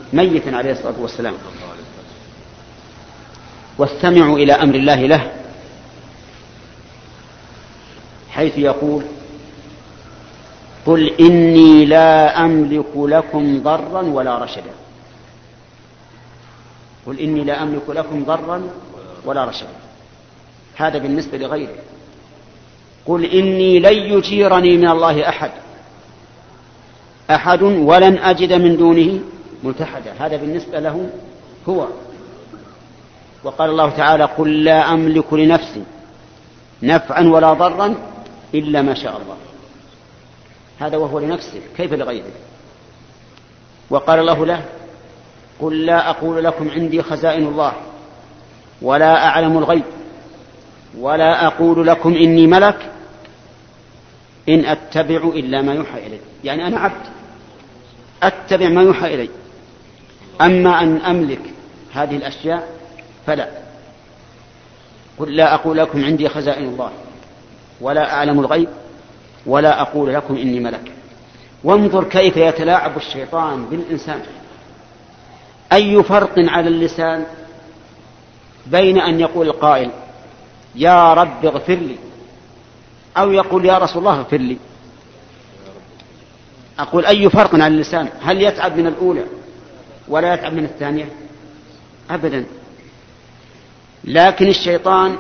ميتا عليه الصلاة والسلام. واستمعوا إلى أمر الله له، حيث يقول: قل إني لا أملك لكم ضرا ولا رشدا. قل إني لا أملك لكم ضرا ولا رشدا، هذا بالنسبة لغيره. قل إني لن يجيرني من الله أحد ولن أجد من دونه ملتحدا، هذا بالنسبة له هو. وقال الله تعالى: قل لا أملك لنفسي نفعا ولا ضرا إلا ما شاء الله، هذا وهو لنفسه، كيف لغيره؟ وقال الله له: قل لا أقول لكم عندي خزائن الله ولا أعلم الغيب ولا أقول لكم إني ملك إن أتبع إلا ما يوحى إلي، يعني أنا عبد أتبع ما يوحى إلي، أما أن أملك هذه الأشياء فلا. قل لا أقول لكم عندي خزائن الله ولا أعلم الغيب ولا أقول لكم إني ملك. وانظر كيف يتلاعب الشيطان بالإنسان. أي فرق على اللسان بين أن يقول القائل: يا رب اغفر لي، أو يقول: يا رسول الله اغفر لي؟ أقول: أي فرق على اللسان؟ هل يتعب من الأولى ولا يتعب من الثانية؟ أبدا. لكن الشيطان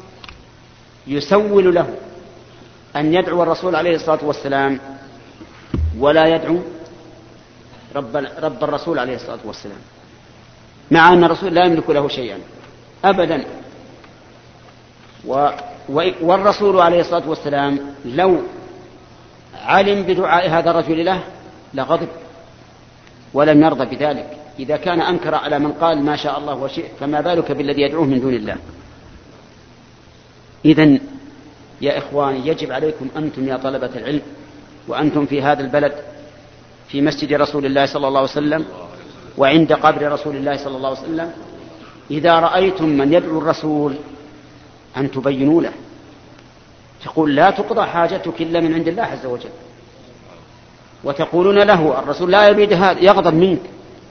يسول له أن يدعو الرسول عليه الصلاة والسلام ولا يدعو رب الرسول عليه الصلاة والسلام، مع أن الرسول لا يملك له شيئا أبدا. والرسول عليه الصلاة والسلام لو علم بدعاء هذا الرجل له لغضب ولم يرضى بذلك. إذا كان أنكر على من قال ما شاء الله وشئت، فما بالك بالذي يدعوه من دون الله؟ إذن يا إخواني، يجب عليكم أنتم يا طلبة العلم، وأنتم في هذا البلد في مسجد رسول الله صلى الله عليه وسلم وعند قبر رسول الله صلى الله عليه وسلم، إذا رأيتم من يدعو الرسول أن تبينوا له، تقول: لا تقضى حاجتك إلا من عند الله عز وجل، وتقولون له: الرسول لا يريد هذا، يغضب منك،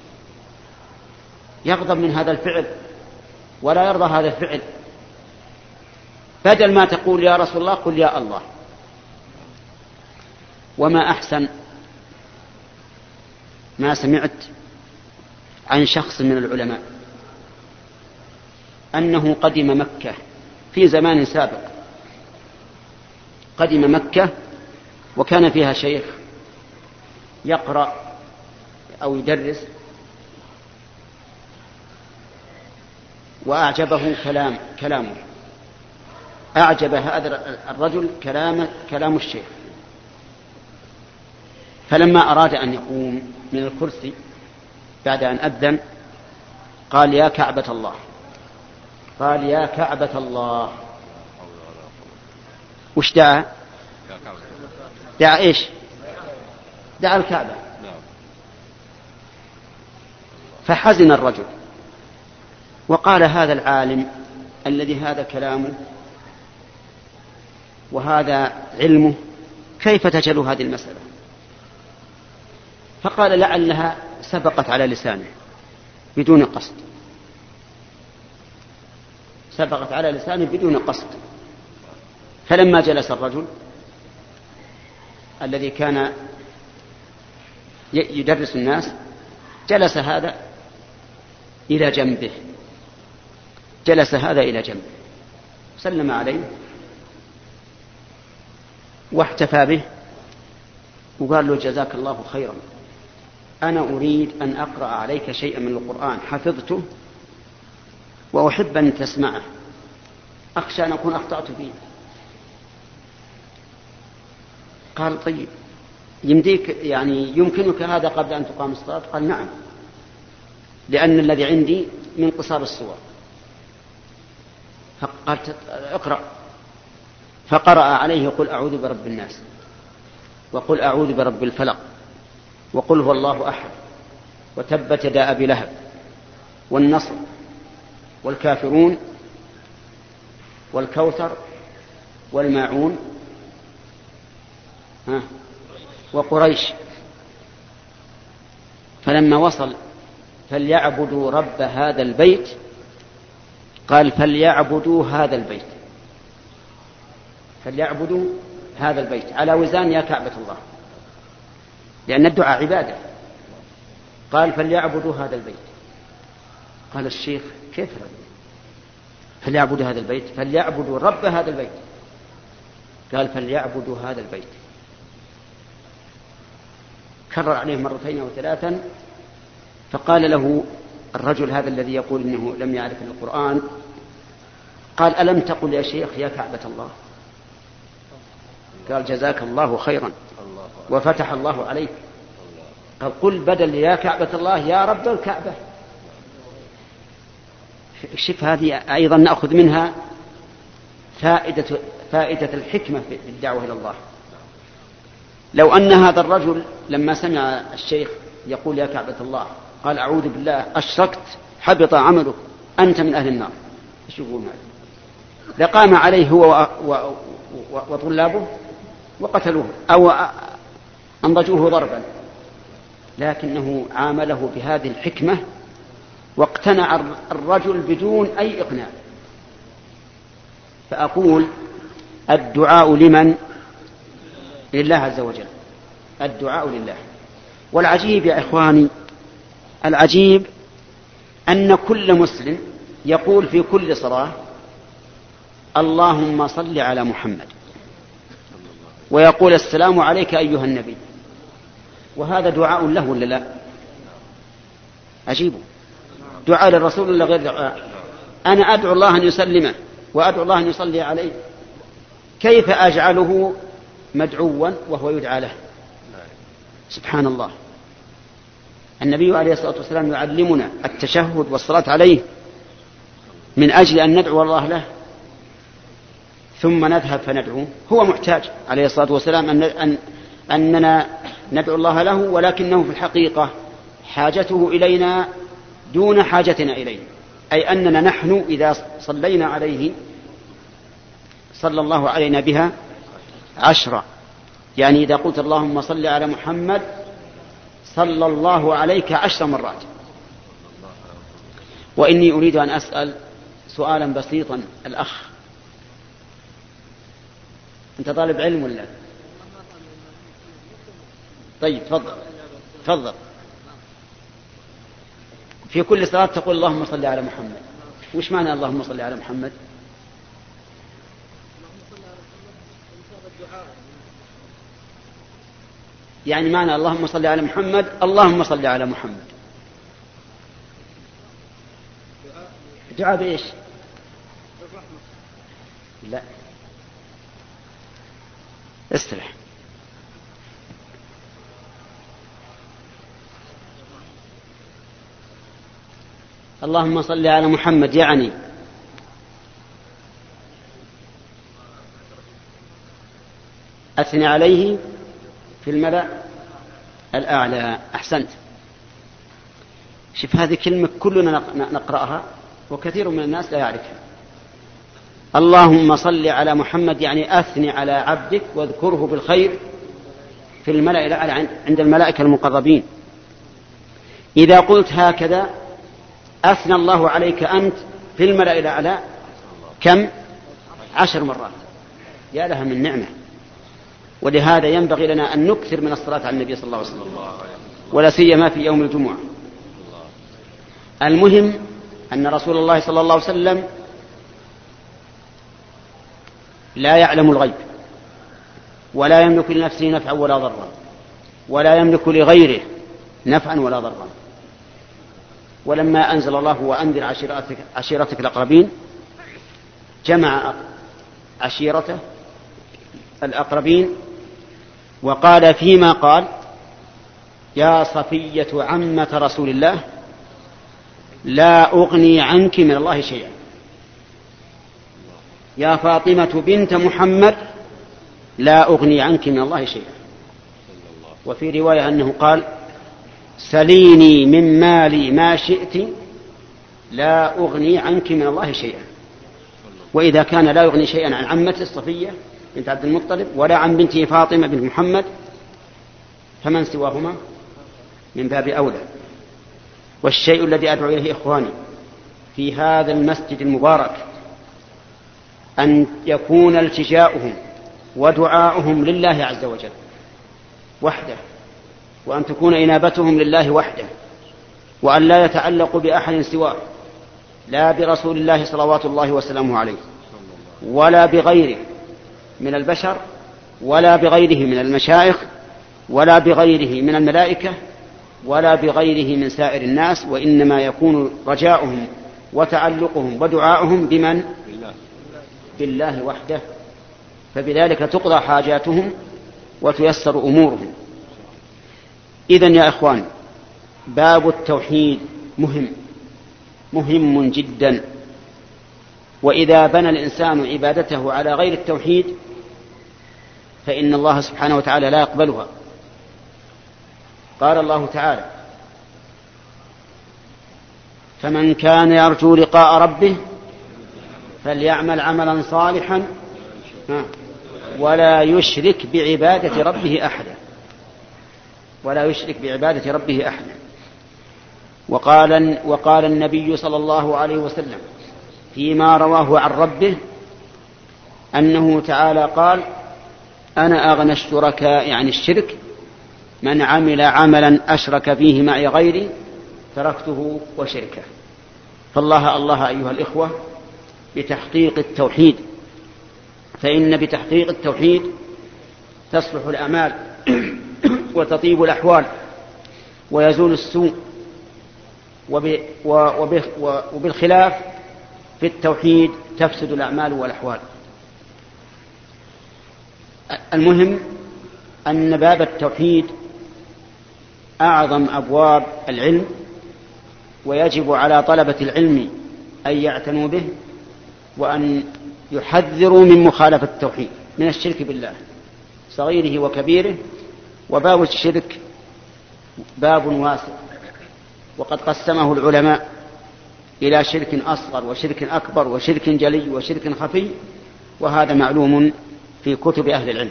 يغضب من هذا الفعل ولا يرضى هذا الفعل. بدل ما تقول يا رسول الله قل يا الله. وما أحسن ما سمعت عن شخص من العلماء أنه قدم مكة في زمان سابق، قدم مكة وكان فيها شيخ يقرأ أو يدرس، وأعجبه كلامه، أعجب هذا الرجل كلام الشيخ. فلما أراد أن يقوم من الكرسي بعد أن أذن قال: يا كعبة الله، قال: يا كعبة الله. وش دعا؟ دعا إيش؟ دعا الكعبة. فحزن الرجل وقال: هذا العالم الذي هذا كلامه وهذا علمه كيف تجهل هذه المسألة؟ فقال: لعلها سبقت على لسانه بدون قصد، سبقت على لسانه بدون قصد. فلما جلس الرجل الذي كان يدرس الناس، جلس هذا إلى جنبه، جلس هذا إلى جنبه، سلم عليه واحتفى به وقال له: جزاك الله خيرا، أنا أريد أن أقرأ عليك شيئا من القرآن حفظته وأحب أن تسمعه، أخشى أن أكون أخطأت فيه. قال: طيب، يمكنك هذا قبل أن تقام الصلاة؟ قال: نعم، لأن الذي عندي من قصار السور. فقال: اقرأ. فقرأ عليه: قل أعوذ برب الناس، وقل أعوذ برب الفلق، وقل هو الله أحد، وتبت يدا أبي لهب، والنصر، والكافرون، والكوثر، والماعون، وقريش. فلما وصل فليعبدوا رب هذا البيت، قال فليعبدوا هذا البيت، فليعبدوا هذا البيت على وزان يا كعبة الله، لأن الدعاء عبادة. قال فليعبدوا هذا البيت. قال الشيخ كيف فليعبدوا هذا البيت؟ فليعبدوا رب هذا البيت. قال فليعبدوا هذا البيت. كرر عليه مرتين أو ثلاثا، فقال له الرجل هذا الذي يقول إنه لم يعرف القرآن، قال ألم تقل يا شيخ يا كعبة الله؟ قال جزاك الله خيرا وفتح الله عليك. قال قل بدل يا كعبة الله يا رب الكعبة. شوف هذه أيضا نأخذ منها فائدة الحكمة في الدعوة إلى الله. لو أن هذا الرجل لما سمع الشيخ يقول يا كعبة الله قال أعوذ بالله أشركت حبط عملك أنت من أهل النار، ايش يقول هذا؟ لقام عليه هو وطلابه وقتلوه أو أنضجوه ضربا، لكنه عامله بهذه الحكمة واقتنع الرجل بدون أي إقناع. فأقول الدعاء لمن؟ لله عز وجل، الدعاء لله. والعجيب يا إخواني، العجيب أن كل مسلم يقول في كل صلاة اللهم صل على محمد، ويقول السلام عليك أيها النبي، وهذا دعاء له ولا لا؟ عجيب، دعاء للرسول ولا غير دعاء؟ أنا أدعو الله أن يسلمه وأدعو الله أن يصلي عليه، كيف أجعله مدعوا وهو يدعى له؟ سبحان الله. النبي عليه الصلاة والسلام يعلمنا التشهد والصلاة عليه من أجل أن ندعو الله له، ثم نذهب فندعوه. هو محتاج عليه الصلاة والسلام أننا ندعو الله له، ولكنه في الحقيقة حاجته إلينا دون حاجتنا إليه، أي أننا نحن إذا صلينا عليه صلى الله علينا بها 10. يعني إذا قلت اللهم صل على محمد صلى الله عليك 10 مرات. وإني أريد أن أسأل سؤالا بسيطا الأخ، أنت طالب علم ولا؟ طيب تفضل. في كل صلاة تقول اللهم صل على محمد، وش معنى اللهم صل على محمد؟ يعني معنى اللهم صل على محمد اللهم صل على محمد. دعاء بإيش؟ لا استرح. اللهم صل على محمد يعني أثني عليه في الملأ الأعلى. أحسنت. شوف هذه كلمة كلنا نقرأها وكثير من الناس لا يعرفها. اللهم صل على محمد يعني أثني على عبدك واذكره بالخير في الملأ الأعلى عند الملائكة المقربين. إذا قلت هكذا أثنى الله عليك أنت في الملأ الأعلى كم؟ 10 مرات. يا لها من نعمة. ولهذا ينبغي لنا أن نكثر من الصلاة على النبي صلى الله عليه وسلم، ولا سيما في يوم الجمعة. المهم أن رسول الله صلى الله عليه وسلم لا يعلم الغيب، ولا يملك لنفسه نفعا ولا ضرا، ولا يملك لغيره نفعا ولا ضرا. ولما أنزل الله وأنذر عشيرتك الأقربين جمع عشيرته الأقربين وقال فيما قال يا صفية عمة رسول الله لا أغني عنك من الله شيئا، يا فاطمة بنت محمد لا أغني عنك من الله شيئا. وفي رواية أنه قال سليني من مالي ما شئت لا أغني عنك من الله شيئا. وإذا كان لا يغني شيئا عن عمته الصفية بنت عبد المطلب ولا عن بنته فاطمة بنت محمد فمن سواهما من باب أولى. والشيء الذي أدعو إليه إخواني في هذا المسجد المبارك أن يكون التجاؤهم ودعاؤهم لله عز وجل وحده، وأن تكون إنابتهم لله وحده، وأن لا يتعلقوا بأحد سواه، لا برسول الله صلوات الله وسلامه عليه ولا بغيره من البشر ولا بغيره من المشايخ ولا بغيره من الملائكة ولا بغيره من سائر الناس، وإنما يكون رجاؤهم وتعلقهم ودعاؤهم بمن؟ بالله وحده. فبذلك تقضى حاجاتهم وتيسر أمورهم. إذن يا إخوان، باب التوحيد مهم جدا، وإذا بنى الإنسان عبادته على غير التوحيد فإن الله سبحانه وتعالى لا يقبلها. قال الله تعالى: فمن كان يرجو لقاء ربه فليعمل عملا صالحا ولا يشرك بعبادة ربه أحدا. ولا يشرك بعبادة ربه أحدا. وقال النبي صلى الله عليه وسلم فيما رواه عن ربه أنه تعالى قال: أنا أغنى الشركاء عن الشرك، من عمل عملا أشرك فيه معي غيري تركته وشركه. فالله أيها الإخوة بتحقيق التوحيد، فإن بتحقيق التوحيد تصلح الأعمال وتطيب الأحوال ويزول السوء، وبالخلاف في التوحيد تفسد الأعمال والأحوال. المهم أن باب التوحيد أعظم أبواب العلم، ويجب على طلبة العلم أن يعتنوا به وأن يحذروا من مخالفة التوحيد من الشرك بالله صغيره وكبيره. وباب الشرك باب واسع، وقد قسمه العلماء إلى شرك أصغر وشرك أكبر وشرك جلي وشرك خفي، وهذا معلوم في كتب أهل العلم.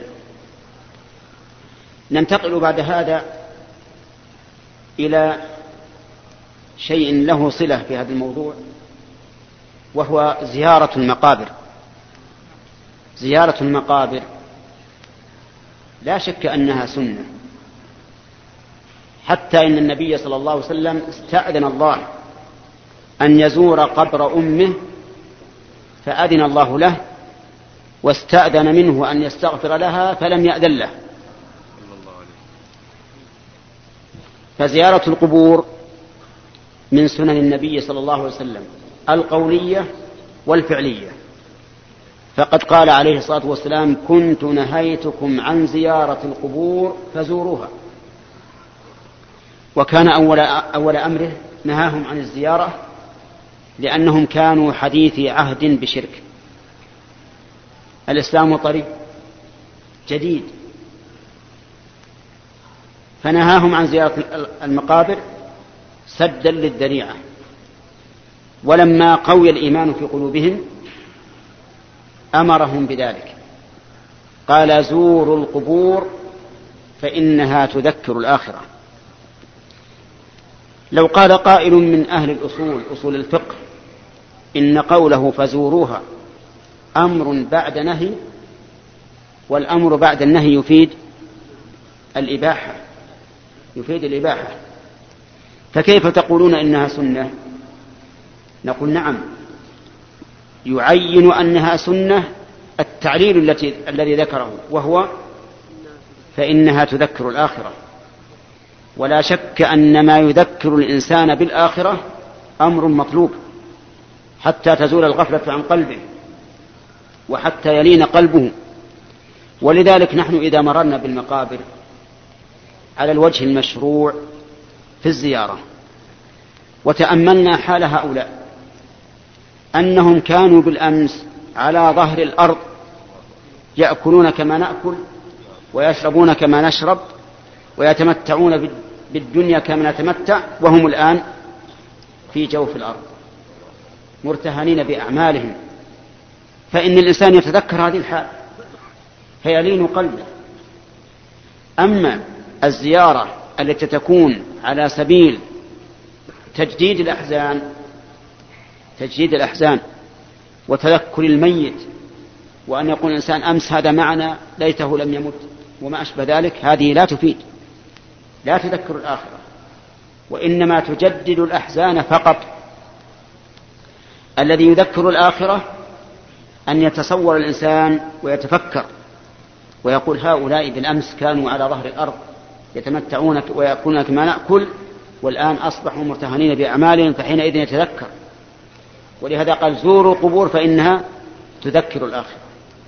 ننتقل بعد هذا إلى شيء له صلة في هذا الموضوع، وهو زيارة المقابر. زيارة المقابر لا شك أنها سنة، حتى إن النبي صلى الله عليه وسلم استأذن الله أن يزور قبر أمه فأذن الله له، واستأذن منه أن يستغفر لها فلم يأذن له. فزيارة القبور من سنن النبي صلى الله عليه وسلم القولية والفعلية، فقد قال عليه الصلاة والسلام: كنت نهيتكم عن زيارة القبور فزوروها. وكان أول أمره نهاهم عن الزيارة لأنهم كانوا حديثي عهد بشرك. الإسلام طريق جديد، فنهاهم عن زيارة المقابر سدا للذريعة. ولما قوي الإيمان في قلوبهم أمرهم بذلك، قال: زوروا القبور فإنها تذكر الآخرة. لو قال قائل من أهل الأصول أصول الفقه إن قوله فزوروها أمر بعد نهي، والأمر بعد النهي يفيد الإباحة، فكيف تقولون إنها سنة؟ نقول: نعم، يعين أنها سنة التعليل الذي ذكره، وهو فإنها تذكر الآخرة. ولا شك أن ما يذكر الإنسان بالآخرة أمر مطلوب حتى تزول الغفلة عن قلبه وحتى يلين قلبه. ولذلك نحن إذا مررنا بالمقابر على الوجه المشروع في الزيارة وتأملنا حال هؤلاء أنهم كانوا بالأمس على ظهر الأرض يأكلون كما نأكل ويشربون كما نشرب ويتمتعون بالدنيا كما نتمتع، وهم الآن في جوف الأرض مرتهنين بأعمالهم. فإن الإنسان يتذكر هذه الحال فيلين قلبه. أما الزيارة التي تكون على سبيل تجديد الأحزان وتذكر الميت، وأن يقول الإنسان أمس هذا معنا ليته لم يمت وما أشبه ذلك، هذه لا تفيد، لا تذكر الآخرة، وإنما تجدد الأحزان فقط. الذي يذكر الآخرة أن يتصور الإنسان ويتفكر ويقول هؤلاء بالأمس كانوا على ظهر الأرض يتمتعون ويأكلون كما نأكل، والآن أصبحوا مرتهنين بأعمالهم، فحينئذ يتذكر. ولهذا قال زوروا القبور فإنها تذكر الآخرة.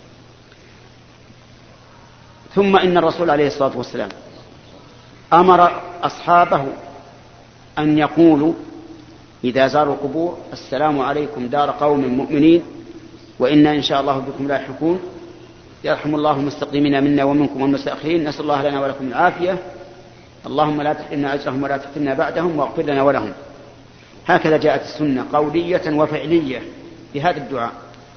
ثم إن الرسول عليه الصلاة والسلام أمر أصحابه أن يقولوا إذا زاروا القبور السلام عليكم دار قوم مؤمنين وإنا إن شاء الله بكم لاحقون، يرحم الله المستقدمين منا ومنكم والمستأخرين، نسأل الله لنا ولكم العافية، اللهم لا تحرمنا أجرهم ولا تفتنا بعدهم واغفر لنا ولهم. هكذا جاءت السنة قولية وفعلية بهذا الدعاء.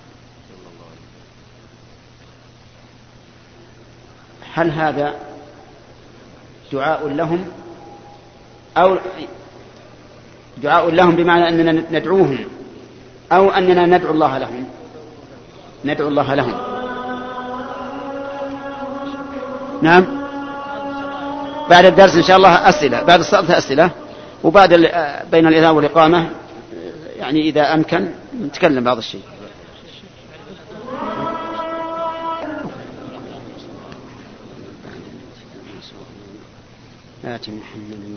هل هذا دعاء لهم أو دعاء لهم بمعنى أننا ندعوهم أو أننا ندعو الله لهم؟ ندعو الله لهم. نعم، بعد الدرس إن شاء الله أسئلة، بعد الصلاة أسئلة، وبعد بين الإذان والإقامة يعني إذا أمكن نتكلم بعض الشيء. آتي محمد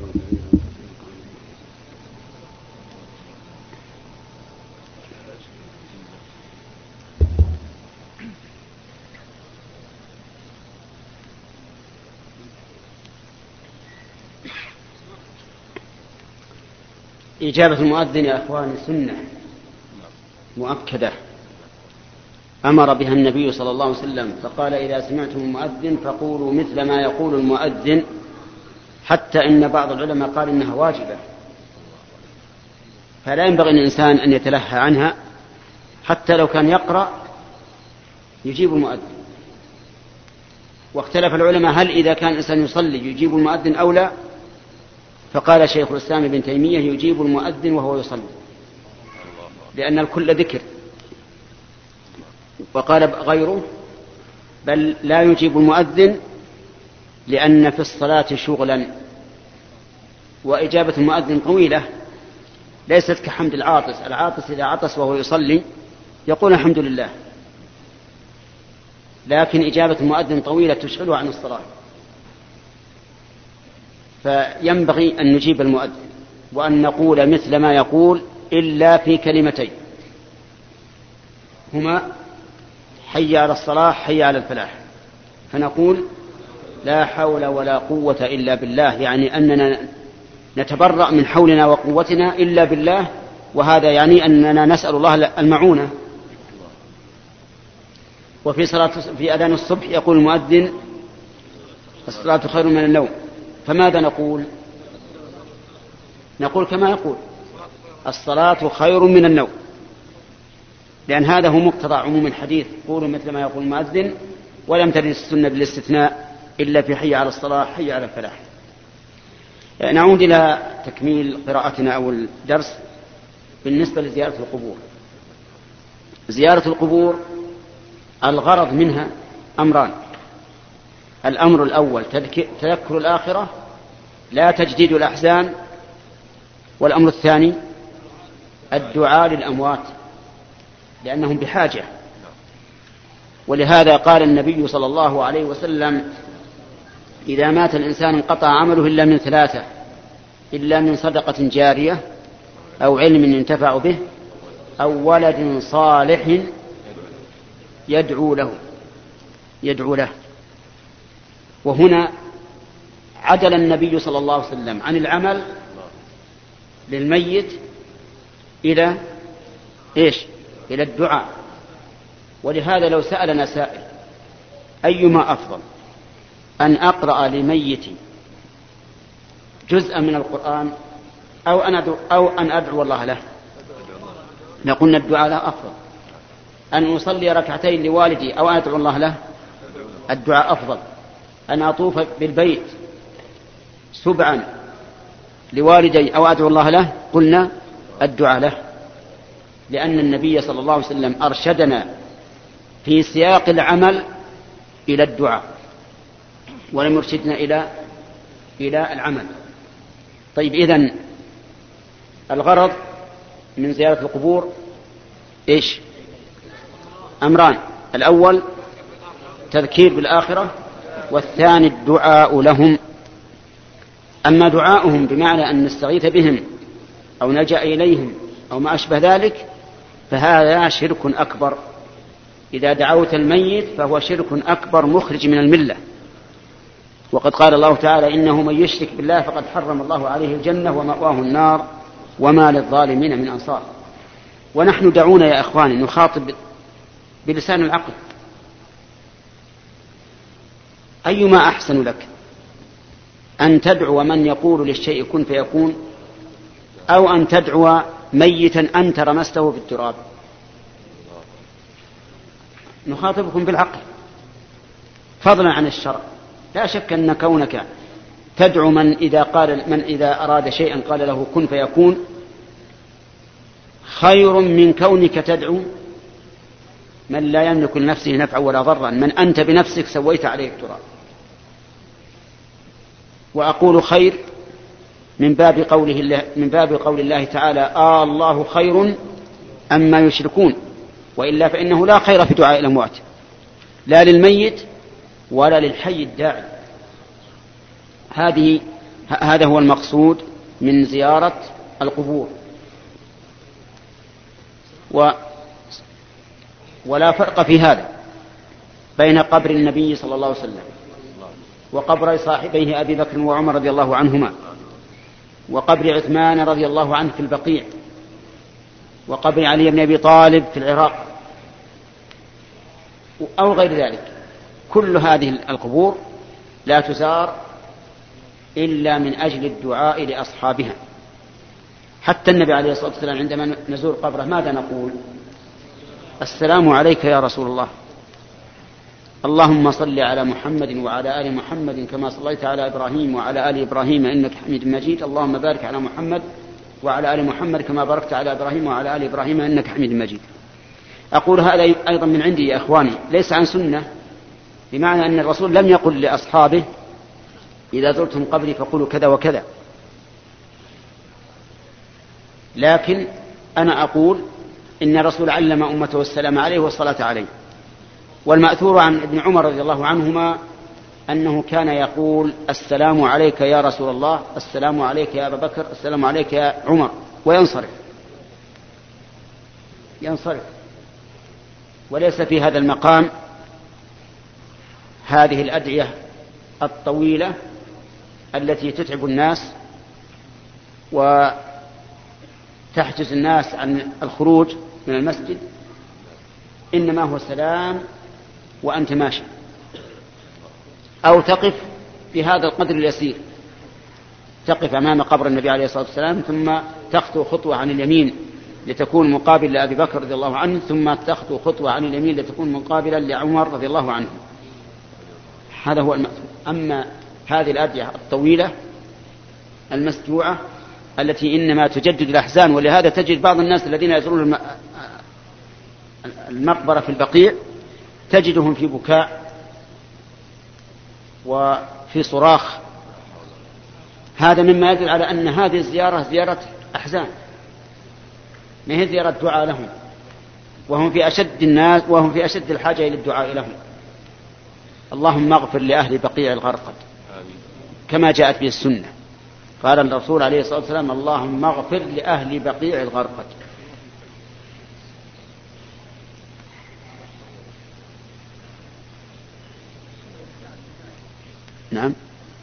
إجابة المؤذن يا أخواني سنة مؤكدة أمر بها النبي صلى الله عليه وسلم، فقال إذا سمعتم المؤذن فقولوا مثل ما يقول المؤذن، حتى إن بعض العلماء قال إنها واجبة، فلا ينبغي الإنسان أن يتلهى عنها، حتى لو كان يقرأ يجيب المؤذن. واختلف العلماء هل إذا كان الإنسان يصلي يجيب المؤذن أو لا، فقال شيخ الإسلام ابن تيمية يجيب المؤذن وهو يصلي لأن الكل ذكر، وقال غيره بل لا يجيب المؤذن لأن في الصلاة شغلا، وإجابة المؤذن طويلة ليست كحمد العاطس. العاطس إذا عطس وهو يصلي يقول الحمد لله، لكن إجابة المؤذن طويلة تشغله عن الصلاة، فينبغي أن نجيب المؤذن وأن نقول مثل ما يقول إلا في كلمتين هما حي على الصلاة حي على الفلاح، فنقول لا حول ولا قوة إلا بالله، يعني أننا نتبرأ من حولنا وقوتنا إلا بالله، وهذا يعني أننا نسأل الله المعونة. في أذان الصبح يقول المؤذن الصلاة خير من النوم، فماذا نقول؟ نقول كما يقول الصلاة خير من النوم، لأن هذا هو مقتضى عموم الحديث قولوا مثل ما يقول المؤذن، ولم ترد السنة بالاستثناء إلا في حي على الصلاة حي على الفلاح. نعود إلى تكميل قراءتنا أو الدرس. بالنسبة لزيارة القبور، زيارة القبور الغرض منها أمران: الأمر الأول تذكر الآخرة لا تجديد الأحزان، والأمر الثاني الدعاء للأموات لأنهم بحاجة. ولهذا قال النبي صلى الله عليه وسلم إذا مات الإنسان انقطع عمله إلا من ثلاثة: إلا من صدقة جارية أو علم ينتفع به أو ولد صالح يدعو له. وهنا عدل النبي صلى الله عليه وسلم عن العمل للميت إلى إلى الدعاء. ولهذا لو سألنا سائل أيما أفضل، أن أقرأ لميتي جزءا من القرآن أو أن أدعو الله له، نقول الدعاء له أفضل. أن أصلي ركعتين لوالدي أو أن أدعو الله له، الدعاء أفضل. أن أطوف بالبيت سبعا لوالدي أو أدعو الله له، قلنا الدعاء له، لأن النبي صلى الله عليه وسلم أرشدنا في سياق العمل إلى الدعاء ولم يرشدنا إلى العمل. طيب، إذن الغرض من زيارة القبور إيش؟ أمران: الأول تذكير بالآخرة، والثاني الدعاء لهم. أما دعاؤهم بمعنى أن نستغيث بهم أو نلجأ إليهم أو ما أشبه ذلك فهذا شرك أكبر. إذا دعوت الميت فهو شرك أكبر مخرج من الملة، وقد قال الله تعالى: إنه من يشرك بالله فقد حرم الله عليه الجنة ومأواه النار وما للظالمين من أنصار. ونحن دعونا يا إخواني نخاطب بلسان العقل. أيما أحسن لك، أن تدعو من يقول للشيء كن فيكون، أو أن تدعو ميتا أنت رمسته في التراب؟ نخاطبكم بالعقل فضلا عن الشرع. لا شك أن كونك تدعو من إذا أراد شيئا قال له كن فيكون خير من كونك تدعو من لا يملك لنفسه نفعا ولا ضرا، من أنت بنفسك سويت عليه التراب. وأقول خير من باب قول الله تعالى: الله خير أما يشركون. وإلا فإنه لا خير في دعاء الأموات، لا للميت ولا للحي الداعي. هذا هو المقصود من زيارة القبور. ولا فرق في هذا بين قبر النبي صلى الله عليه وسلم وقبر صاحبيه أبي بكر وعمر رضي الله عنهما، وقبر عثمان رضي الله عنه في البقيع، وقبر علي بن أبي طالب في العراق، أو غير ذلك. كل هذه القبور لا تزار إلا من أجل الدعاء لأصحابها. حتى النبي عليه الصلاة والسلام عندما نزور قبره ماذا نقول؟ السلام عليك يا رسول الله، اللهم صل على محمد وعلى آل محمد كما صليت على إبراهيم وعلى آل إبراهيم إنك حميد مجيد، اللهم بارك على محمد وعلى آل محمد كما باركت على إبراهيم وعلى آل إبراهيم إنك حميد مجيد. أقول هذا أيضا من عندي يا إخواني، ليس عن سنة، بمعنى أن الرسول لم يقل لأصحابه إذا زرتم قبري فقولوا كذا وكذا، لكن أنا أقول إن الرسول علم أمته السلام عليه والصلاة عليه. والمأثور عن ابن عمر رضي الله عنهما أنه كان يقول: السلام عليك يا رسول الله، السلام عليك يا أبا بكر، السلام عليك يا عمر، وينصرف. وليس في هذا المقام هذه الأدعية الطويلة التي تتعب الناس وتحجز الناس عن الخروج من المسجد، إنما هو سلام وأنت ماشي، أو تقف بهذا القدر اليسير، تقف أمام قبر النبي عليه الصلاة والسلام ثم تخطو خطوة عن اليمين لتكون مقابل لأبي بكر رضي الله عنه، ثم تخطو خطوة عن اليمين لتكون مقابلا لعمر رضي الله عنه. هذا هو المأثور. أما هذه الأدعية الطويلة المسجوعة التي إنما تجدد الأحزان، ولهذا تجد بعض الناس الذين يزورون المقبرة في البقيع تجدهم في بكاء وفي صراخ. هذا مما يدل على أن هذه الزيارة زيارة أحزان، ما هي زيارة دعاء لهم، وهم في أشد الحاجة إلى الدعاء لهم. اللهم اغفر لأهل بقيع الغرقد كما جاءت به السنة. قال الرسول عليه الصلاة والسلام: اللهم اغفر لأهل بقيع الغرقد. نعم.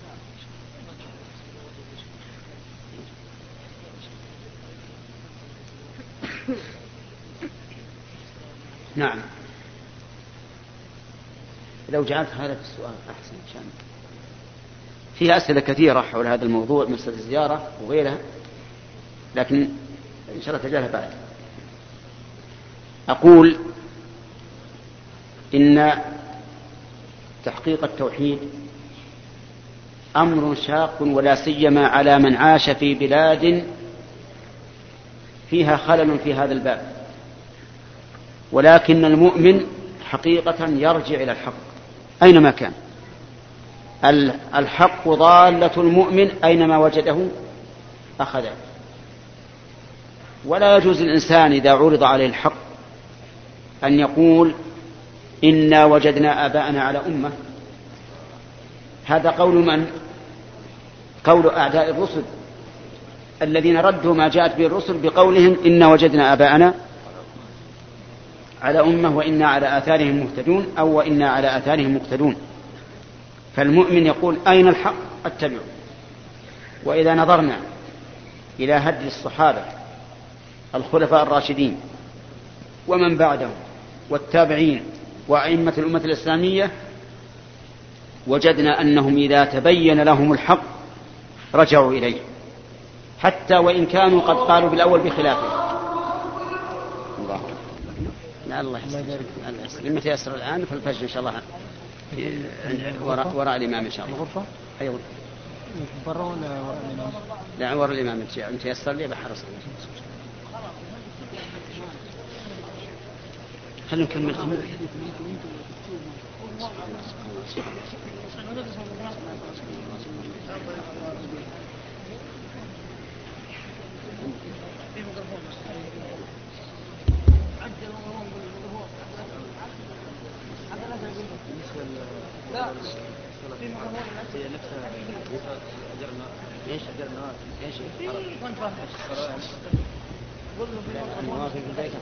نعم، لو جعلت هذا في السؤال أحسن إن شاء الله. فيها أسئلة كثيرة حول هذا الموضوع، مسألة الزيارة وغيرها، لكن إن شاء الله تجاهلها بعد. أقول إن تحقيق التوحيد أمر شاق ولا سيما على من عاش في بلاد فيها خلل في هذا الباب. ولكن المؤمن حقيقة يرجع إلى الحق أينما كان. الحق ضالة المؤمن أينما وجده أخذه. ولا يجوز للإنسان إذا عرض عليه الحق أن يقول إنا وجدنا آباءنا على أمة. هذا قول من؟ قول أعداء الرسل الذين ردوا ما جاءت به الرسل بقولهم إنا وجدنا آباءنا على أمة وإنا على آثارهم مهتدون أو وإنا على آثارهم مقتدون. فالمؤمن يقول أين الحق أتبعه. وإذا نظرنا إلى هدي الصحابة الخلفاء الراشدين ومن بعدهم والتابعين وأئمة الأمة الإسلامية وجدنا أنهم إذا تبين لهم الحق رجعوا إليه حتى وإن كانوا قد قالوا بالأول بخلافه. الله يسلم. متى يسر الآن في الفجر إن شاء الله وراء الإمام إن شاء الله. الغرفة؟ أيوة. برا ولا وراء الإمام؟ لا وراء الإمام. أنت يسر لي بحرص. هل نكمل خمس؟ لا في مقامات هي نفسها أجرنا إيش النوافل في البيت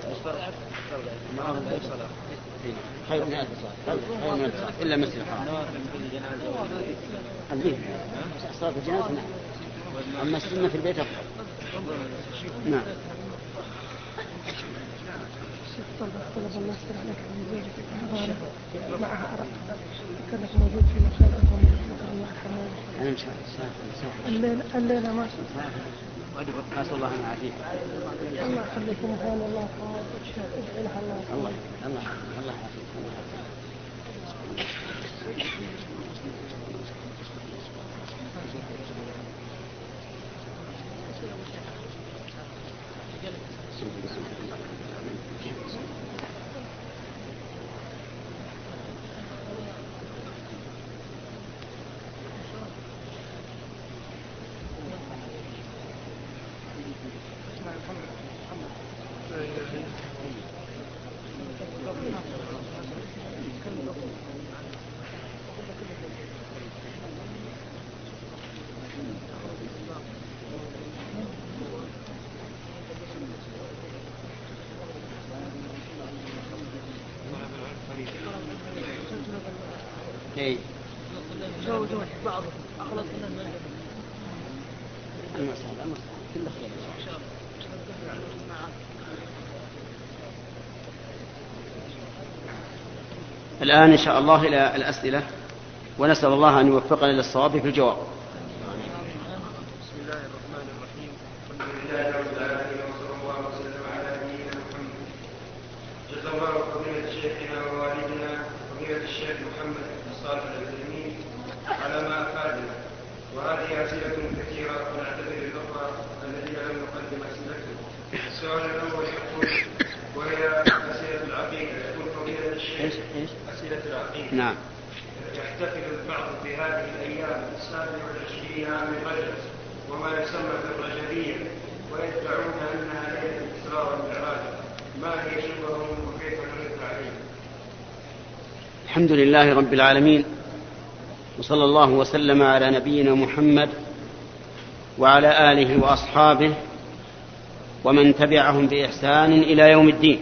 خير من ألف صلاة إلا مسجد الحرام. البيت صلاة الجنازة نعم. أما السنة في البيت أفضل. نعم. طلب الناس عليك من زوجتك حضانة معها أرق كانت موجود في مخالفهم الله يرحمه. الليلة ما أسأل الله أن يعافيك. الله يخليكم هان الله ادعي الله الله يعافيك. بعض أخلص من المسألة كل خير إن شاء الله. الآن إن شاء الله إلى الأسئلة ونسأل الله أن يوفقنا للصواب في الجواب. بسم الله الرحمن الرحيم. الحمد لله رب العالمين وصلى الله وسلم على نبينا محمد. جزا الله فضيلة شيخنا ووالدنا فضيلة الشيخ محمد بن صالح العثيمين على ما أفادنا. وهذه أسئلة كثيرة ونعتذر الأخوة الذين لم نقدم أسئلتهم. السؤال الأول يقول وهي أسئلة العقيدة. يقول فضيلة الشيخ أسئلة العقيدة. نعم. يحتفل البعض في هذه الأيام 27 من رجب وما يسمى بالرجبية ويدعون أنها ليلة الإسراء والمعراج. ما هي شبههم وكيف نرد عليهم؟ الحمد لله رب العالمين وصلى الله وسلم على نبينا محمد وعلى آله وأصحابه ومن تبعهم بإحسان إلى يوم الدين.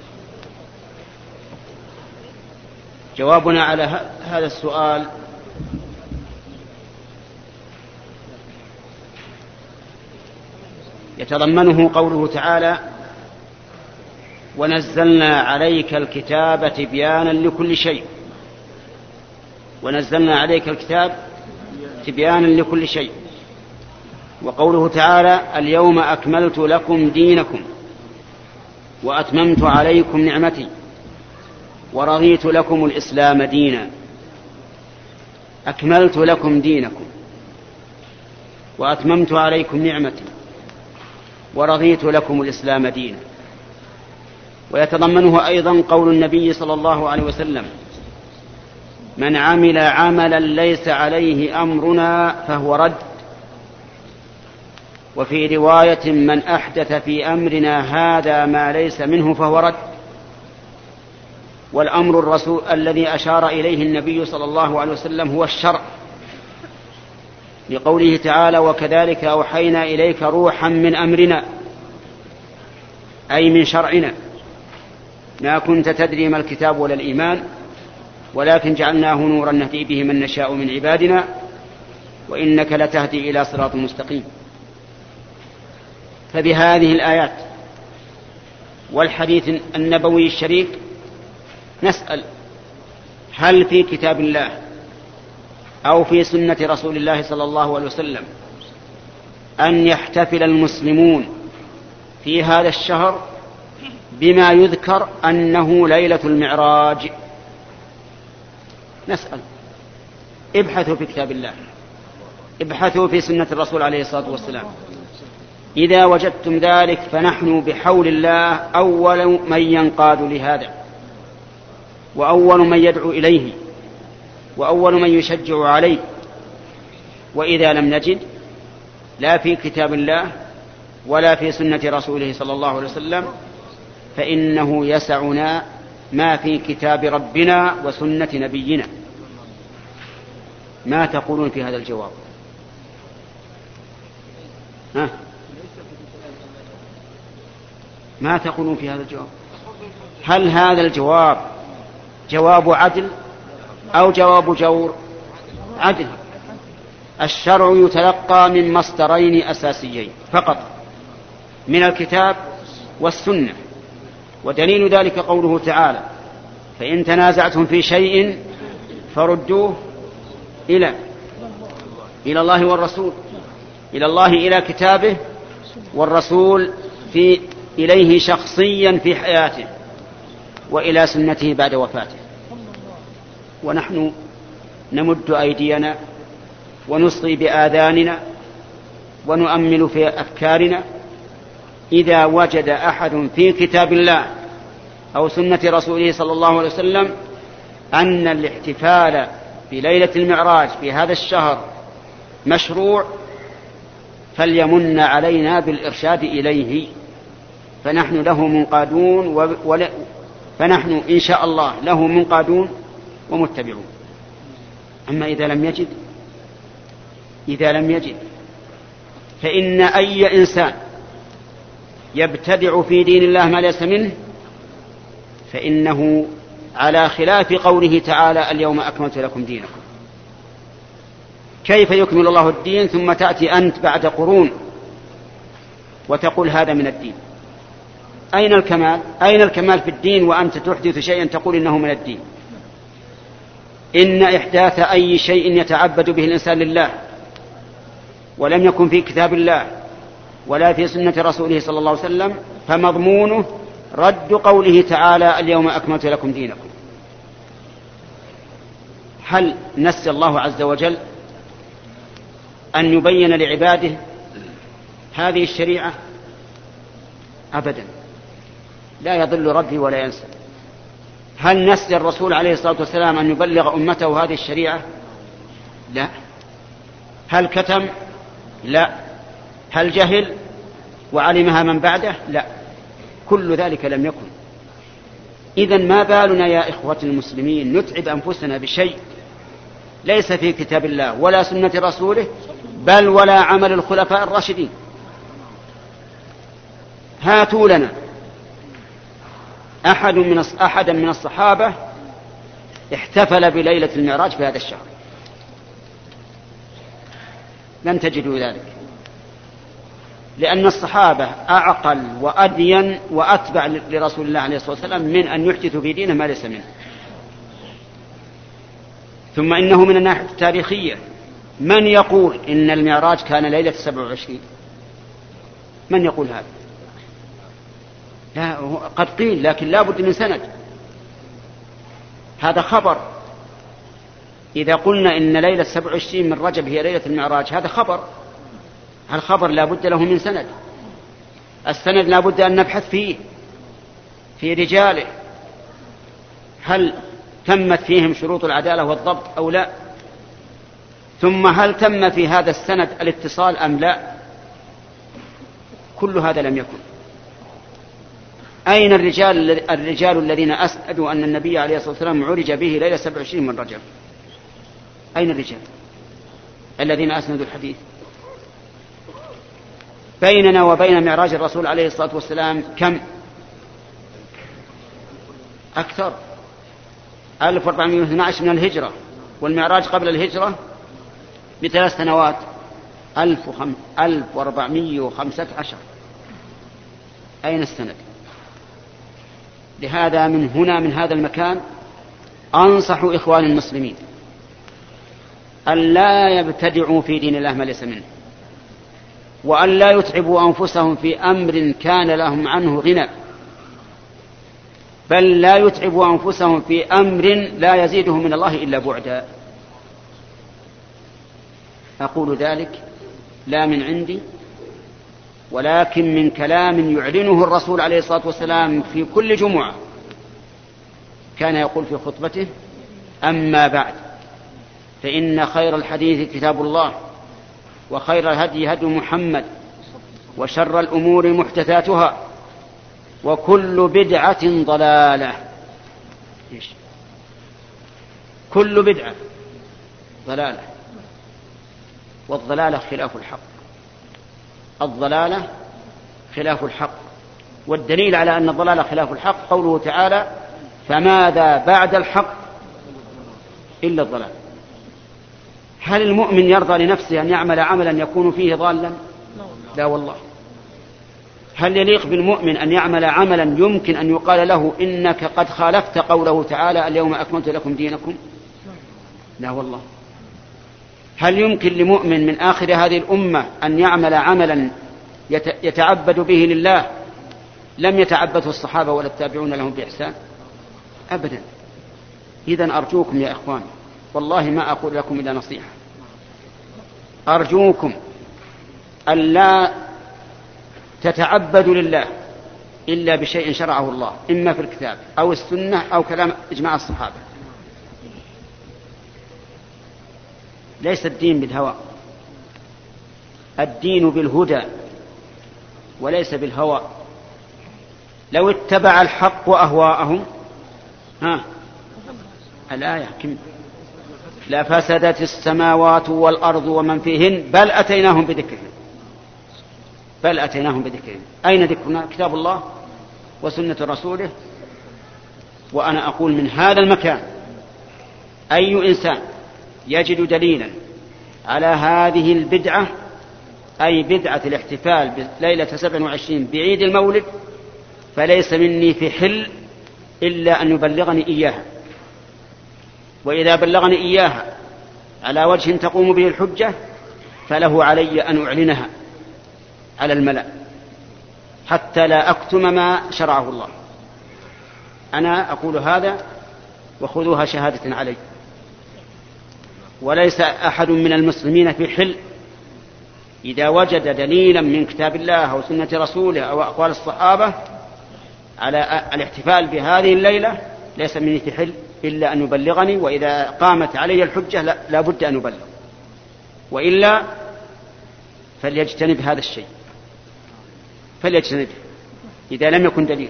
جوابنا على هذا السؤال يتضمنه قوله تعالى ونزلنا عليك الكتاب تبيانا لكل شيء. ونزلنا عليك الكتاب تبيانا لكل شيء. وقوله تعالى اليوم أكملت لكم دينكم وأتممت عليكم نعمتي ورضيت لكم الإسلام دينا. أكملت لكم دينكم وأتممت عليكم نعمتي ورضيت لكم الإسلام دينا. ويتضمنه أيضا قول النبي صلى الله عليه وسلم: من عمل عملا ليس عليه أمرنا فهو رد. وفي رواية: من أحدث في أمرنا هذا ما ليس منه فهو رد. والأمر الرسول الذي أشار إليه النبي صلى الله عليه وسلم هو الشرع، لقوله تعالى: وكذلك أوحينا إليك روحا من أمرنا، أي من شرعنا، ما كنت تدري ما الكتاب ولا الإيمان ولكن جعلناه نورا نهدي به من نشاء من عبادنا وإنك لتهدي إلى صراط مستقيم. فبهذه الآيات والحديث النبوي الشريف نسأل: هل في كتاب الله أو في سنة رسول الله صلى الله عليه وسلم أن يحتفل المسلمون في هذا الشهر بما يذكر أنه ليلة المعراج؟ نسأل. ابحثوا في كتاب الله، ابحثوا في سنة الرسول عليه الصلاة والسلام. إذا وجدتم ذلك فنحن بحول الله أول من ينقاد لهذا، وأول من يدعو إليه، وأول من يشجع عليه. وإذا لم نجد لا في كتاب الله ولا في سنة رسوله صلى الله عليه وسلم فإنه يسعنا ما في كتاب ربنا وسنة نبينا. ما تقولون في هذا الجواب؟ ما تقولون في هذا الجواب؟ هل هذا الجواب جواب عدل أو جواب جور؟ عدل. الشرع يتلقى من مصدرين أساسيين فقط، من الكتاب والسنة. ودليل ذلك قوله تعالى: فإن تنازعتم في شيء فردوه إلى الله والرسول، إلى الله إلى كتابه، والرسول إليه شخصيا في حياته، وإلى سنته بعد وفاته. ونحن نمد أيدينا ونصغي بآذاننا ونؤمل في أفكارنا إذا وجد أحد في كتاب الله أو سنة رسوله صلى الله عليه وسلم أن الاحتفال بليلة المعراج في هذا الشهر مشروع فليمن علينا بالإرشاد إليه، فنحن له منقادون فنحن إن شاء الله له منقادون ومتبعون. أما إذا لم يجد فإن أي إنسان يبتدع في دين الله ما ليس منه فإنه على خلاف قوله تعالى: اليوم أكملت لكم دينكم. كيف يكمل الله الدين ثم تأتي أنت بعد قرون وتقول هذا من الدين؟ أين الكمال؟ أين الكمال في الدين وأنت تحدث شيئا تقول إنه من الدين؟ إن إحداث أي شيء يتعبد به الإنسان لله ولم يكن في كتاب الله ولا في سنة رسوله صلى الله عليه وسلم فمضمونه رد قوله تعالى: اليوم أكملت لكم دينكم. هل نسي الله عز وجل أن يبين لعباده هذه الشريعة؟ أبدا، لا يضل ربي ولا ينسى. هل نسي الرسول عليه الصلاة والسلام أن يبلغ أمته هذه الشريعة؟ لا. هل كتم؟ لا. هل جهل وعلمها من بعده؟ لا. كل ذلك لم يكن. إذن ما بالنا يا إخوة المسلمين نتعب أنفسنا بشيء ليس في كتاب الله ولا سنة رسوله بل ولا عمل الخلفاء الراشدين؟ هاتوا لنا أحدا من الصحابة احتفل بليلة المعراج في هذا الشهر، لن تجدوا ذلك، لأن الصحابة أعقل وأدين وأتبع لرسول الله عليه الصلاة والسلام من أن يحدثوا في دينه ما ليس منه. ثم إنه من الناحية التاريخية من يقول إن المعراج كان ليلة 27؟ من يقول هذا؟ لا، قد قيل لكن لا بد من سند. هذا خبر. إذا قلنا إن ليلة 27 من رجب هي ليلة المعراج هذا خبر، الخبر لا بد له من سند، السند لا بد أن نبحث فيه في رجاله هل تمت فيهم شروط العدالة والضبط أو لا، ثم هل تم في هذا السند الاتصال أم لا. كل هذا لم يكن. أين الرجال الذين أسندوا أن النبي عليه الصلاة والسلام عرج به ليلة 27 من رجب؟ أين الرجال الذين أسندوا الحديث؟ بيننا وبين معراج الرسول عليه الصلاة والسلام كم؟ أكثر، 1412 من الهجرة، والمعراج قبل الهجرة ب3 سنوات 1415. أين السند؟ لهذا من هنا من هذا المكان أنصح إخوان المسلمين أن لا يبتدعوا في دين الله ما ليس منه، وأن لا يتعبوا أنفسهم في أمر كان لهم عنه غنى، بل لا يتعبوا أنفسهم في أمر لا يزيدهم من الله إلا بعدا. أقول ذلك لا من عندي، ولكن من كلام يعلنه الرسول عليه الصلاة والسلام في كل جمعة. كان يقول في خطبته: أما بعد، فإن خير الحديث كتاب الله، وخير الهدي هدي محمد، وشر الأمور محدثاتها، وكل بدعة ضلالة. كل بدعة ضلالة، والضلالة خلاف الحق، الضلالة خلاف الحق. والدليل على أن الضلالة خلاف الحق قوله تعالى: فماذا بعد الحق إلا الضلال. هل المؤمن يرضى لنفسه أن يعمل عملا يكون فيه ضالا؟ لا والله. هل يليق بالمؤمن أن يعمل عملا يمكن أن يقال له إنك قد خالفت قوله تعالى: اليوم أكملت لكم دينكم؟ لا والله. هل يمكن لمؤمن من آخر هذه الأمة أن يعمل عملا يتعبد به لله لم يتعبده الصحابة ولا التابعون لهم بإحسان؟ أبدا. إذن أرجوكم يا إخوان، والله ما أقول لكم إلا نصيحة، أرجوكم ألا تتعبدوا لله إلا بشيء شرعه الله، إما في الكتاب أو السنة أو كلام إجماع الصحابة. ليس الدين بالهوى، الدين بالهدى وليس بالهوى. لو اتبع الحق أهواءهم الآية كم لفسدت السماوات والأرض ومن فيهن بل أتيناهم بذكرهم. بل أتيناهم بذكرهم. أين ذكرنا؟ كتاب الله وسنة رسوله. وأنا أقول من هذا المكان أي إنسان يجد دليلا على هذه البدعة، أي بدعة الاحتفال بليلة 27 بعيد المولد، فليس مني في حل إلا أن يبلغني إياها، وإذا بلغني إياها على وجه تقوم به الحجة فله علي أن أعلنها على الملأ حتى لا أكتم ما شرعه الله. أنا أقول هذا وخذوها شهادة علي. وليس أحد من المسلمين في حل إذا وجد دليلا من كتاب الله أو سنة رسوله أو أقوال الصحابة على الاحتفال بهذه الليلة، ليس مني في حل إلا أن يبلغني، وإذا قامت علي الحجة لا بد أن يبلغ، وإلا فليجتنب هذا الشيء، فليجتنبه إذا لم يكن دليل.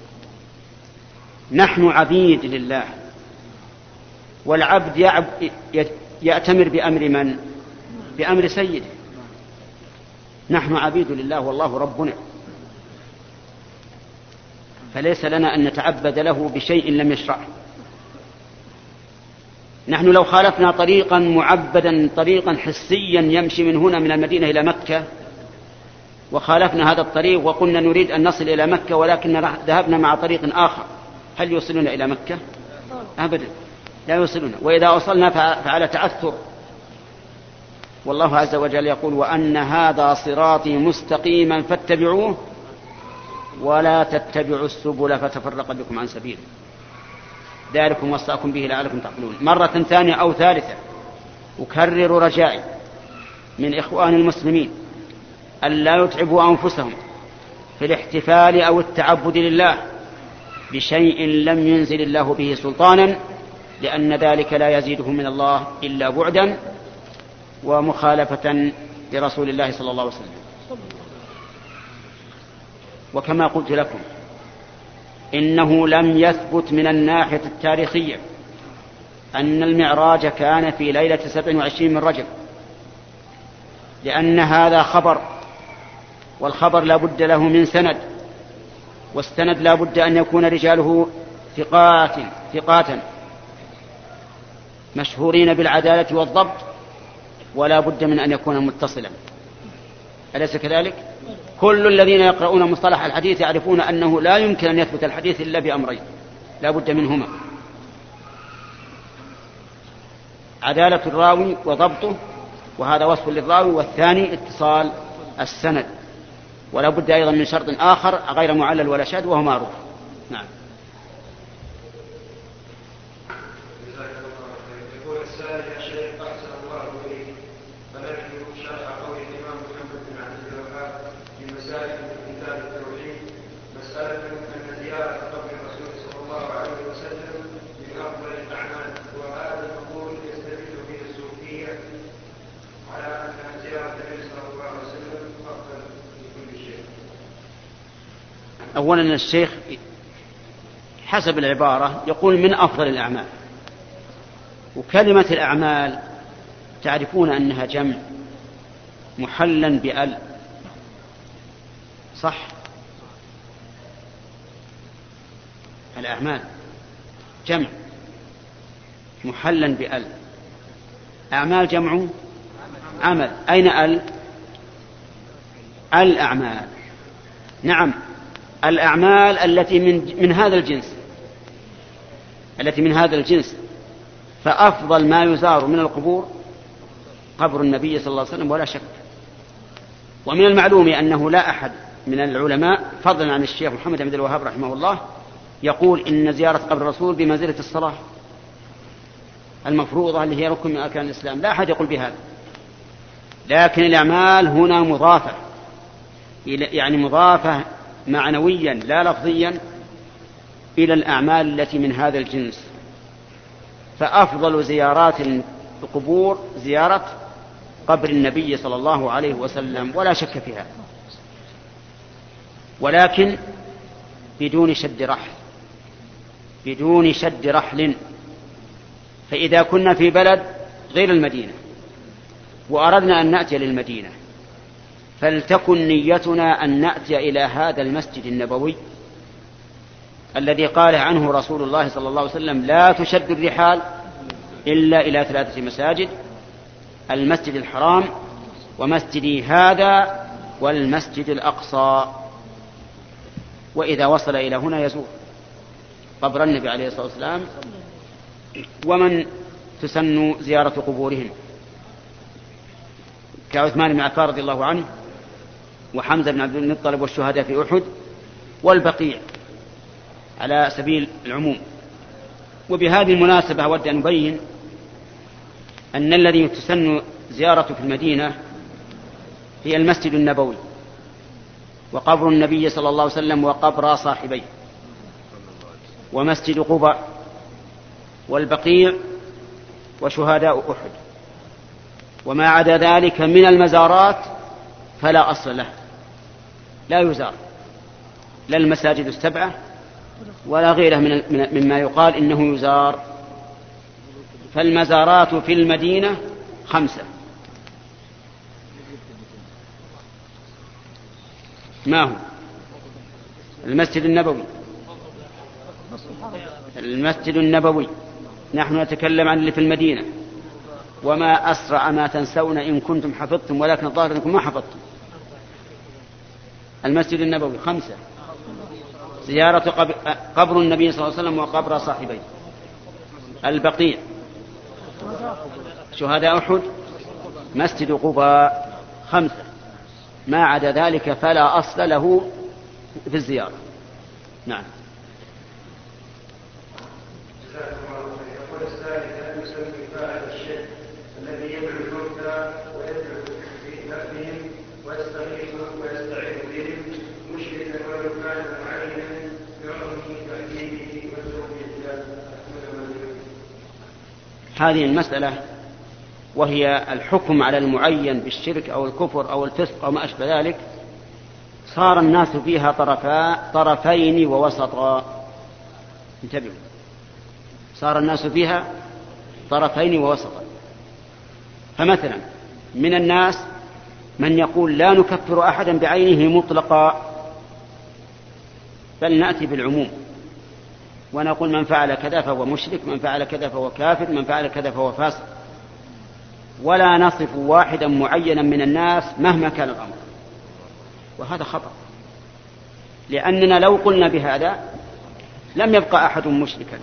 نحن عبيد لله، والعبد يأتمر بأمر من؟ بأمر سيده. نحن عبيد لله والله ربنا، فليس لنا أن نتعبد له بشيء لم يشرعه. نحن لو خالفنا طريقا معبدا، طريقا حسيا يمشي من هنا من المدينة إلى مكة، وخالفنا هذا الطريق وقلنا نريد أن نصل إلى مكة ولكن ذهبنا مع طريق آخر، هل يوصلنا إلى مكة؟ أبدا لا يوصلنا. وإذا وصلنا فعلى تعثر. والله عز وجل يقول: وأن هذا صراطي مستقيما فاتبعوه ولا تتبعوا السبل فتفرق بكم عن سبيله ذلكم وصاكم به لعلكم تعقلون. مرة ثانية أو ثالثة أكرر رجائي من إخوان المسلمين ألا يتعبوا أنفسهم في الاحتفال أو التعبد لله بشيء لم ينزل الله به سلطانا، لأن ذلك لا يزيدهم من الله إلا بعدا ومخالفة لرسول الله صلى الله عليه وسلم. وكما قلت لكم إنه لم يثبت من الناحية التاريخية أن المعراج كان في ليلة 27 من رجب، لأن هذا خبر، والخبر لا بد له من سند، والسند لا بد أن يكون رجاله ثقات مشهورين بالعدالة والضبط، ولا بد من أن يكون متصلا. أليس كذلك؟ كل الذين يقرؤون مصطلح الحديث يعرفون أنه لا يمكن أن يثبت الحديث إلا بأمرين لا بد منهما: عدالة الراوي وضبطه، وهذا وصف للراوي، والثاني اتصال السند، ولا بد أيضا من شرط آخر غير معلل ولا شاذ وهو معروف. نعم. يقول السائل: يا شيخ أحسن الله إليك، فنرجو شرح قول الإمام محمد بن عبد الوهاب في مسائل من كتاب التوحيد مسألة أن زيارة قبر الرسول صلى الله عليه وسلم من أفضل الأعمال، وهذا القبور يستدل به الصوفية على أن زيارة النبي صلى الله عليه وسلم أفضل من كل شيء. أولا الشيخ حسب العبارة يقول من أفضل الأعمال، وكلمة الأعمال تعرفون أنها جمع محلا بأل، صح؟ الأعمال جمع محلا بأل، أعمال جمع عمل. أين أل؟ الأعمال. نعم، الأعمال التي من هذا الجنس، التي من هذا الجنس. فأفضل ما يزار من القبور قبر النبي صلى الله عليه وسلم ولا شك. ومن المعلوم أنه لا أحد من العلماء فضلا عن الشيخ محمد بن عبد الوهاب رحمه الله يقول إن زيارة قبر الرسول بمنزلة الصلاة المفروضة اللي هي ركن من أركان الإسلام، لا أحد يقول بهذا. لكن الأعمال هنا مضافة، يعني مضافة معنويا لا لفظيا إلى الأعمال التي من هذا الجنس. فأفضل زيارات القبور زيارة قبر النبي صلى الله عليه وسلم ولا شك في هذا، ولكن بدون شد رحل، بدون شد رحل. فإذا كنا في بلد غير المدينة وأردنا أن نأتي للمدينة فلتكن نيتنا أن نأتي إلى هذا المسجد النبوي الذي قال عنه رسول الله صلى الله عليه وسلم: لا تشد الرحال إلا إلى 3 مساجد: المسجد الحرام، ومسجدي هذا، والمسجد الأقصى. وإذا وصل إلى هنا يزور قبر النبي عليه الصلاة والسلام ومن تسن زيارة قبورهم كعثمان بن عفان رضي الله عنه، وحمزة بن عبد المطلب والشهداء في أحد، والبقيع على سبيل العموم. وبهذه المناسبة أود أن نبين أن الذي تسن زيارته في المدينة هي المسجد النبوي وقبر النبي صلى الله عليه وسلم وقبر صاحبيه، ومسجد قباء، والبقيع، وشهداء أحد. وما عدا ذلك من المزارات فلا أصل له، لا يزار، لا المساجد السبعة ولا غيرها مما يقال إنه يزار. فالمزارات في المدينة 5. ما هو؟ المسجد النبوي، المسجد النبوي، نحن نتكلم عن اللي في المدينة. وما أسرع ما تنسون إن كنتم حفظتم، ولكن الظاهر أنكم ما حفظتم. المسجد النبوي 5: زيارة قبر النبي صلى الله عليه وسلم وقبر صاحبيه، البقيع، شهداء أحد، مسجد قباء. 5. ما عدا ذلك فلا أصل له في الزيارة. نعم. يقول السائل: هل يسمي فاعل الشرك الذي يدعو الموتى ويدعو في نفسهم ويستعين بهم مشركا ولو كان معينا بعظمه تأديبه وتوبيته. هذه المسألة وهي الحكم على المعين بالشرك أو الكفر أو الفسق أو ما أشبه ذلك، صار الناس فيها طرفين ووسطا. انتبهوا، صار الناس فيها طرفين ووسطا. فمثلا من الناس من يقول لا نكفر أحدا بعينه مطلقا، بل نأتي بالعموم ونقول من فعل كذا فهو مشرك، من فعل كذا فهو كافر، من فعل كذا فهو فاسق، ولا نصف واحدا معينا من الناس مهما كان الأمر. وهذا خطأ، لأننا لو قلنا بهذا لم يبقى أحد مشركا،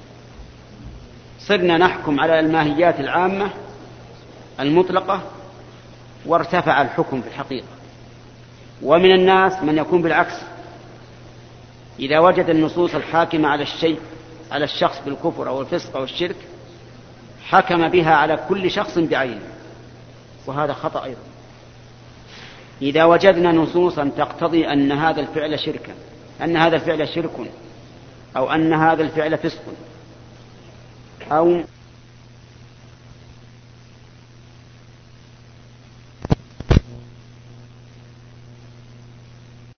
صرنا نحكم على الماهيات العامة المطلقة وارتفع الحكم في الحقيقة. ومن الناس من يكون بالعكس، إذا وجد النصوص الحاكمة على الشيء على الشخص بالكفر أو الفسق أو الشرك حكم بها على كل شخص بعينه، وهذا خطأ أيضا. إذا وجدنا نصوصا تقتضي أن هذا الفعل شركا، أن هذا الفعل شرك، أو أن هذا الفعل فسق، أو